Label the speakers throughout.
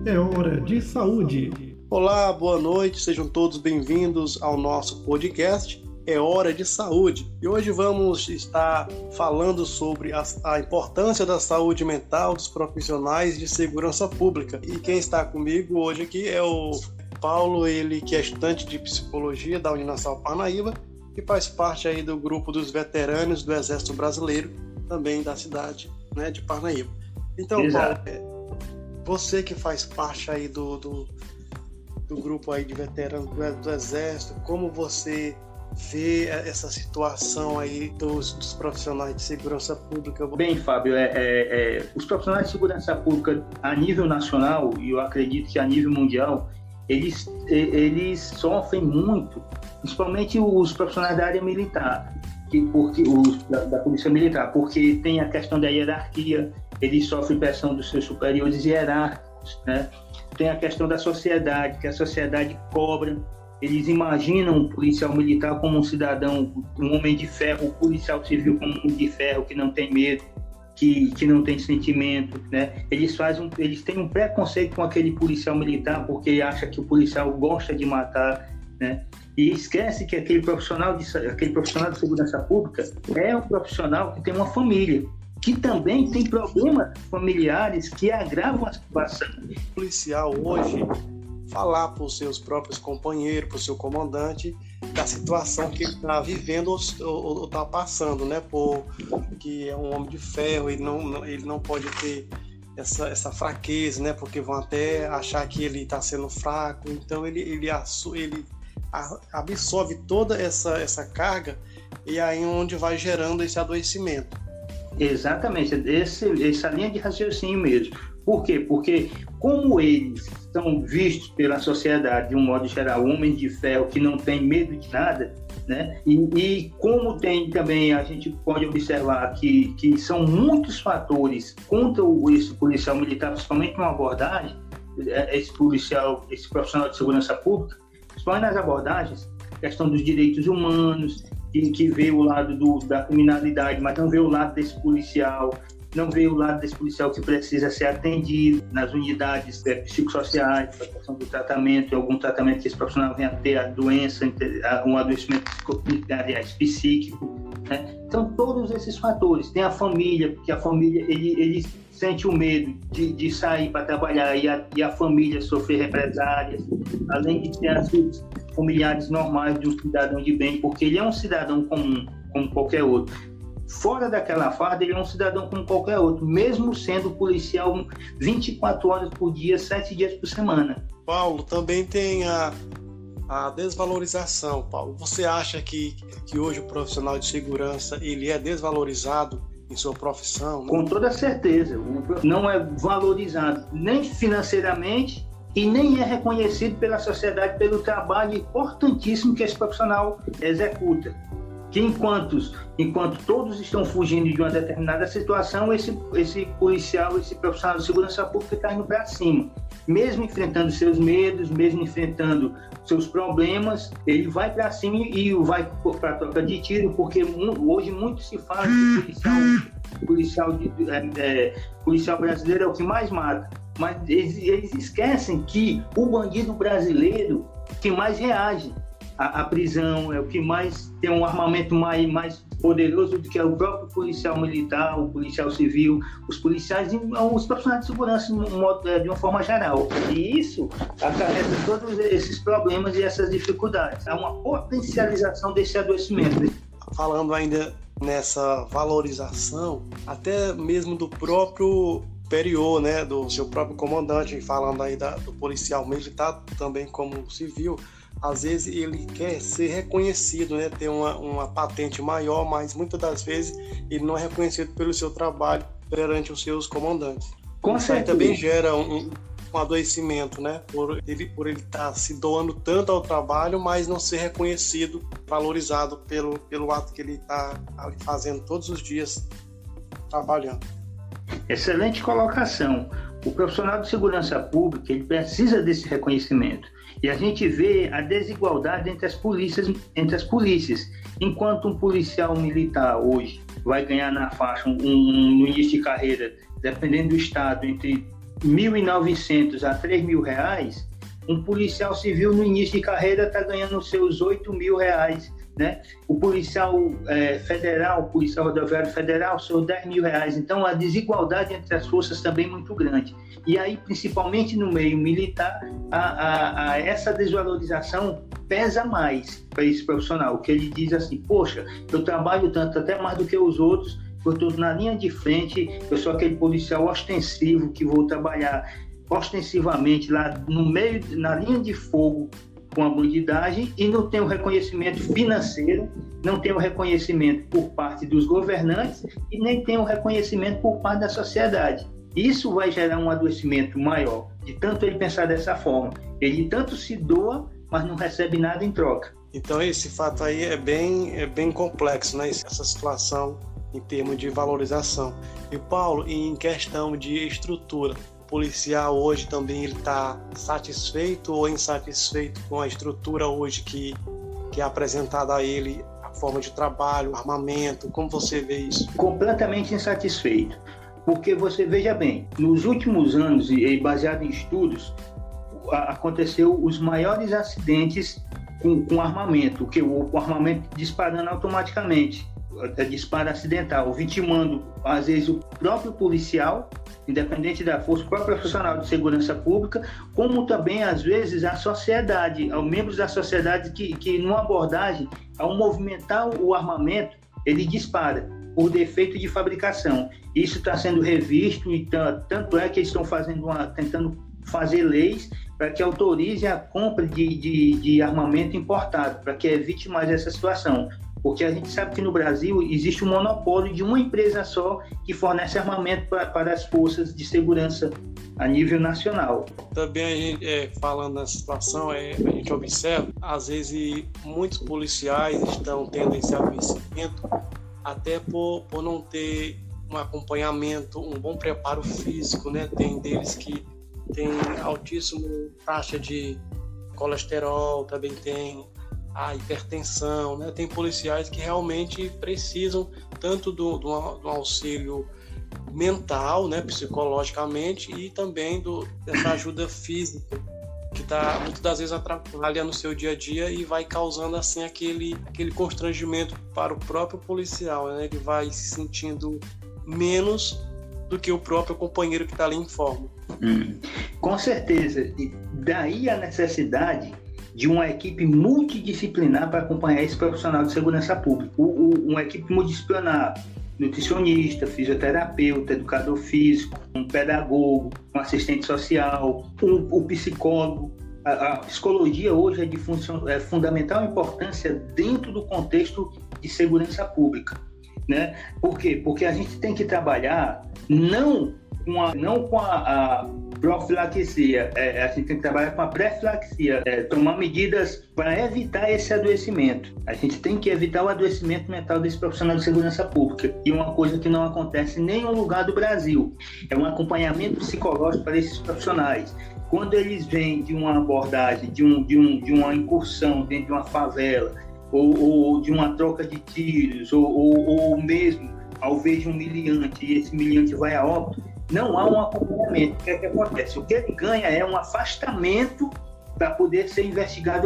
Speaker 1: É hora de saúde.
Speaker 2: Olá, boa noite, sejam todos bem-vindos ao nosso podcast É Hora de Saúde. E hoje vamos estar falando sobre a importância da saúde mental dos profissionais de segurança pública. E quem está comigo hoje aqui é o Paulo, ele que é estudante de psicologia da Uninasal Parnaíba e faz parte aí do grupo dos veteranos do Exército Brasileiro, também da cidade, né, de Parnaíba. Então,
Speaker 3: Exato.
Speaker 2: Paulo, você que faz parte aí do grupo aí de veteranos do Exército, como você vê essa situação aí dos profissionais de segurança pública?
Speaker 3: Bem, Fábio, os profissionais de segurança pública a nível nacional, e eu acredito que a nível mundial, eles sofrem muito, principalmente os profissionais da área militar, da polícia militar, porque tem a questão da hierarquia, eles sofrem pressão dos seus superiores hierárquicos, né? Tem a questão da sociedade, que a sociedade cobra. Eles imaginam o policial militar como um cidadão, um homem de ferro, o policial civil como um homem de ferro que não tem medo, que não tem sentimento, né? Eles têm um preconceito com aquele policial militar porque acha que o policial gosta de matar, né? E esquece que aquele profissional de segurança pública é um profissional que tem uma família, que também tem problemas familiares que agravam a situação.
Speaker 2: O policial hoje falar para os seus próprios companheiros, para o seu comandante, da situação que ele está vivendo ou está passando, né? Porque é um homem de ferro, ele não pode ter essa fraqueza, né? Porque vão até achar que ele está sendo fraco, então ele absorve toda essa carga e aí onde vai gerando esse adoecimento.
Speaker 3: Exatamente, essa linha de raciocínio mesmo. Por quê? Porque como eles são vistos pela sociedade, de um modo geral, homens de ferro que não tem medo de nada, né? E como tem também, a gente pode observar que são muitos fatores contra esse policial militar, principalmente numa abordagem, esse profissional de segurança pública, principalmente nas abordagens, questão dos direitos humanos, que vê o lado da criminalidade, mas não vê o lado desse policial, não vê o lado desse policial que precisa ser atendido nas unidades psicossociais, para a questão do tratamento, algum tratamento que esse profissional venha a ter a doença, um adoecimento psíquico, né? Então, todos esses fatores. Tem a família, porque a família, ele sente o medo de sair para trabalhar e a família sofrer represálias, além de ter as familiares normais de um cidadão de bem, porque ele é um cidadão comum, como qualquer outro. Fora daquela farda, ele é um cidadão como qualquer outro, mesmo sendo policial 24 horas por dia, 7 dias por semana.
Speaker 2: Paulo, também tem a desvalorização, Paulo. Você acha que hoje o profissional de segurança ele é desvalorizado em sua profissão? Né?
Speaker 3: Com toda certeza. Não é valorizado nem financeiramente e nem é reconhecido pela sociedade pelo trabalho importantíssimo que esse profissional executa. Que enquanto todos estão fugindo de uma determinada situação, esse policial, esse profissional de segurança pública está indo para cima. Mesmo enfrentando seus medos, mesmo enfrentando seus problemas, ele vai para cima e vai para a troca de tiro, porque hoje muito se fala que policial brasileiro é o que mais mata. Mas eles esquecem que o bandido brasileiro que mais reage à prisão, é o que mais tem um armamento mais poderoso do que o próprio policial militar, o policial civil, os policiais, os profissionais de segurança de uma forma geral. E isso acarreta todos esses problemas e essas dificuldades. Há uma potencialização desse adoecimento.
Speaker 2: Falando ainda nessa valorização, até mesmo do próprio superior, né, do seu próprio comandante, falando aí do policial militar também como civil, às vezes ele quer ser reconhecido, né, ter uma patente maior, mas muitas das vezes ele não é reconhecido pelo seu trabalho perante os seus comandantes. Isso aí também gera um adoecimento, né, por ele estar se doando tanto ao trabalho, mas não ser reconhecido, valorizado pelo ato que ele está ali fazendo todos os dias trabalhando.
Speaker 3: Excelente colocação. O profissional de segurança pública ele precisa desse reconhecimento. E a gente vê a desigualdade entre as polícias. Enquanto um policial militar hoje vai ganhar na faixa no início de carreira, dependendo do estado, entre R$ 1.900 a R$ 3.000, um policial civil no início de carreira está ganhando os seus R$ 8.000, né? O policial federal, o policial rodoviário federal, seus R$ 10.000. Então, a desigualdade entre as forças também é muito grande. E aí, principalmente no meio militar, essa desvalorização pesa mais para esse profissional, que ele diz assim, poxa, eu trabalho tanto, até mais do que os outros, eu estou na linha de frente, eu sou aquele policial ostensivo que vou trabalhar ostensivamente lá no meio, na linha de fogo com a bandidagem, e não tem o reconhecimento financeiro, não tem o reconhecimento por parte dos governantes e nem tem o reconhecimento por parte da sociedade. Isso vai gerar um adoecimento maior, de tanto ele pensar dessa forma. Ele tanto se doa, mas não recebe nada em troca.
Speaker 2: Então esse fato aí é bem complexo, né? Essa situação em termos de valorização. E Paulo, em questão de estrutura, o policial hoje também ele está satisfeito ou insatisfeito com a estrutura hoje que é apresentada a ele, a forma de trabalho, o armamento? Como você vê isso?
Speaker 3: Completamente insatisfeito. Porque você veja bem, nos últimos anos, e baseado em estudos, aconteceu os maiores acidentes com armamento, que o armamento disparando automaticamente, disparo acidental, vitimando às vezes o próprio policial, independente da força, o próprio profissional de segurança pública, como também às vezes a sociedade, aos membros da sociedade que numa abordagem, ao movimentar o armamento, ele dispara por defeito de fabricação. Isso está sendo revisto, e tanto é que eles estão tentando fazer leis para que autorize a compra de armamento importado, para que evite mais essa situação. Porque a gente sabe que no Brasil existe um monopólio de uma empresa só que fornece armamento para as forças de segurança a nível nacional.
Speaker 2: Também a gente, falando nessa situação, a gente observa, às vezes, muitos policiais estão tendo esse adoecimento até por não ter um acompanhamento, um bom preparo físico, né? Tem deles que tem altíssima taxa de colesterol, também tem a hipertensão, né? Tem policiais que realmente precisam tanto do auxílio mental, né, psicologicamente, e também dessa ajuda física, que está muitas das vezes atrapalhando o seu dia a dia e vai causando assim aquele constrangimento para o próprio policial, né? Ele vai se sentindo menos do que o próprio companheiro que está ali em forma.
Speaker 3: Com certeza. E daí a necessidade de uma equipe multidisciplinar para acompanhar esse profissional de segurança pública. Uma equipe multidisciplinar, nutricionista, fisioterapeuta, educador físico, um pedagogo, um assistente social, um psicólogo. A psicologia hoje é de fundamental importância dentro do contexto de segurança pública, né? Por quê? Porque a gente tem que trabalhar não com a profilaxia, a gente tem que trabalhar com a pré-filaxia, tomar medidas para evitar esse adoecimento. A gente tem que evitar o adoecimento mental desse profissional de segurança pública. E uma coisa que não acontece em nenhum lugar do Brasil é um acompanhamento psicológico para esses profissionais. Quando eles vêm de uma abordagem, de uma incursão dentro de uma favela, ou de uma troca de tiros, ou mesmo ao ver de um miliante, e esse miliante vai a óbito, não há um acompanhamento. O que é que acontece? O que ele ganha é um afastamento para poder ser investigado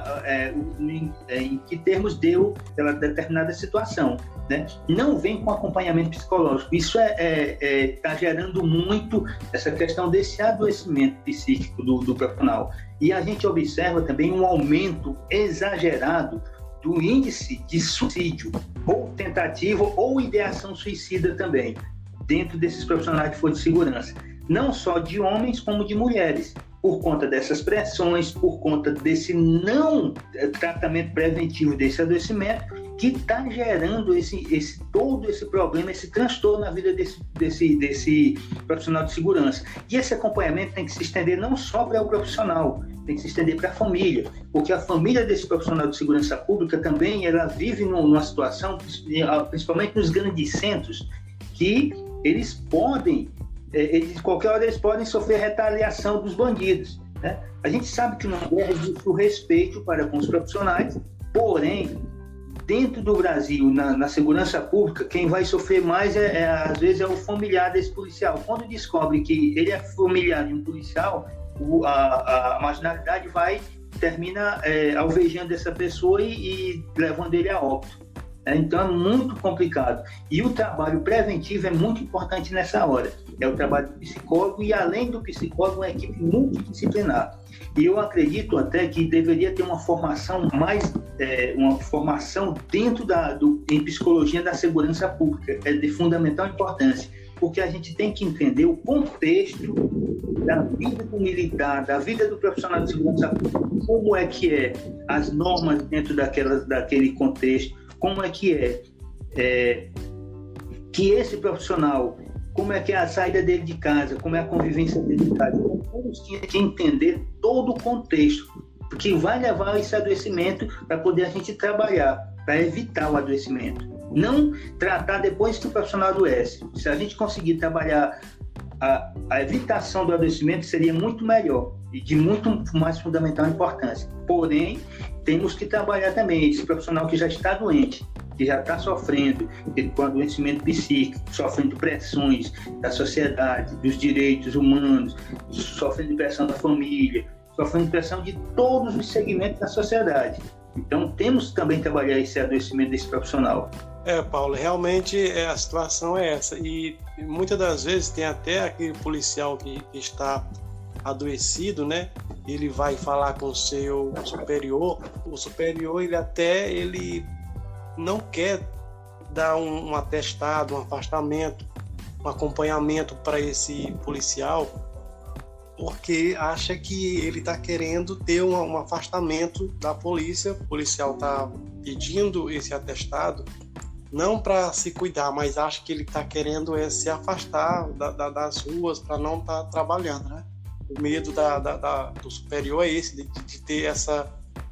Speaker 3: em que termos deu pela determinada situação, né? Não vem com acompanhamento psicológico. Isso está gerando muito essa questão desse adoecimento psíquico do profissional. E a gente observa também um aumento exagerado do índice de suicídio, ou tentativa, ou ideação suicida também, dentro desses profissionais de força de segurança, não só de homens como de mulheres, por conta dessas pressões, por conta desse não tratamento preventivo desse adoecimento, que está gerando todo esse problema, esse transtorno na vida desse profissional de segurança. E esse acompanhamento tem que se estender não só para o profissional, tem que se estender para a família, porque a família desse profissional de segurança pública também, ela vive numa situação, principalmente nos grandes centros, que eles podem, qualquer hora eles podem sofrer retaliação dos bandidos, né? A gente sabe que numa guerra existe o respeito para com os profissionais, porém, dentro do Brasil, na segurança pública, quem vai sofrer mais, às vezes, é o familiar desse policial. Quando descobre que ele é familiar de um policial, a marginalidade termina alvejando essa pessoa e levando ele a óbito. Então é muito complicado. E o trabalho preventivo é muito importante nessa hora. É o trabalho do psicólogo e, além do psicólogo, uma equipe multidisciplinar. E eu acredito até que deveria ter uma formação uma formação dentro em psicologia da segurança pública. É de fundamental importância, porque a gente tem que entender o contexto da vida do militar, da vida do profissional de segurança pública, como é que as normas dentro daquele contexto, como é que que esse profissional, como é que é a saída dele de casa, como é a convivência dele de casa. Então, todos tinham que entender todo o contexto que vai levar a esse adoecimento para poder a gente trabalhar, para evitar o adoecimento. Não tratar depois que o profissional adoece. Se a gente conseguir trabalhar a evitação do adoecimento, seria muito melhor e de muito mais fundamental importância. Porém, temos que trabalhar também esse profissional que já está doente, que já está sofrendo com adoecimento psíquico, sofrendo pressões da sociedade, dos direitos humanos, sofrendo pressão da família, sofrendo pressão de todos os segmentos da sociedade. Então, temos também que trabalhar esse adoecimento desse profissional.
Speaker 2: Paulo, realmente a situação é essa. E muitas das vezes tem até aquele policial que está adoecido, né? Ele vai falar com o seu superior. O superior, ele não quer dar um atestado, um afastamento, um acompanhamento para esse policial, porque acha que ele está querendo ter um afastamento da polícia. O policial está pedindo esse atestado não para se cuidar, mas acha que ele está querendo se afastar das ruas para não estar trabalhando, né? O medo do superior é esse, de ter essa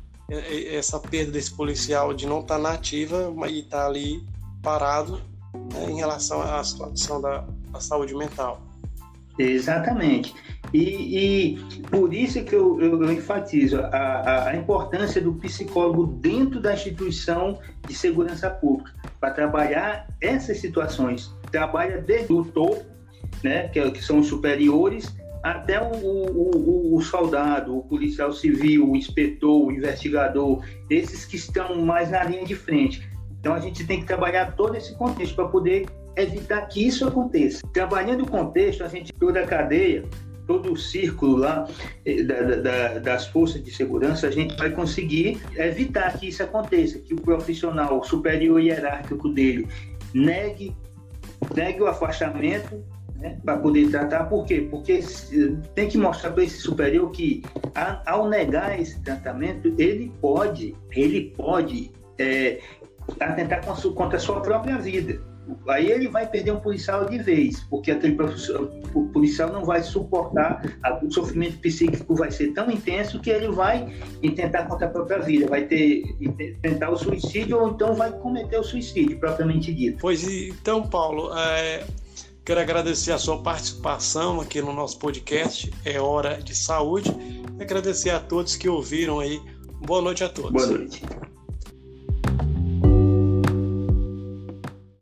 Speaker 2: perda desse policial, de não estar na ativa e estar ali parado, né, em relação à situação da saúde mental.
Speaker 3: Exatamente. E por isso que eu enfatizo a importância do psicólogo dentro da instituição de segurança pública, para trabalhar essas situações. Trabalha desde o topo, né, que são os superiores, até o soldado, o policial civil, o inspetor, o investigador, esses que estão mais na linha de frente. Então a gente tem que trabalhar todo esse contexto para poder evitar que isso aconteça. Trabalhando o contexto, toda a cadeia, todo o círculo lá das forças de segurança, a gente vai conseguir evitar que isso aconteça, que o profissional superior hierárquico dele negue o afastamento, né, para poder tratar. Por quê? Porque tem que mostrar para esse superior que, ao negar esse tratamento, ele pode atentar contra a sua própria vida. Aí ele vai perder um policial de vez, porque o policial não vai suportar, o sofrimento psíquico vai ser tão intenso que ele vai intentar contra a própria vida, vai tentar o suicídio, ou então vai cometer o suicídio, propriamente dito.
Speaker 2: Pois então, Paulo, quero agradecer a sua participação aqui no nosso podcast, É Hora de Saúde, e agradecer a todos que ouviram aí. Boa noite a todos.
Speaker 3: Boa noite.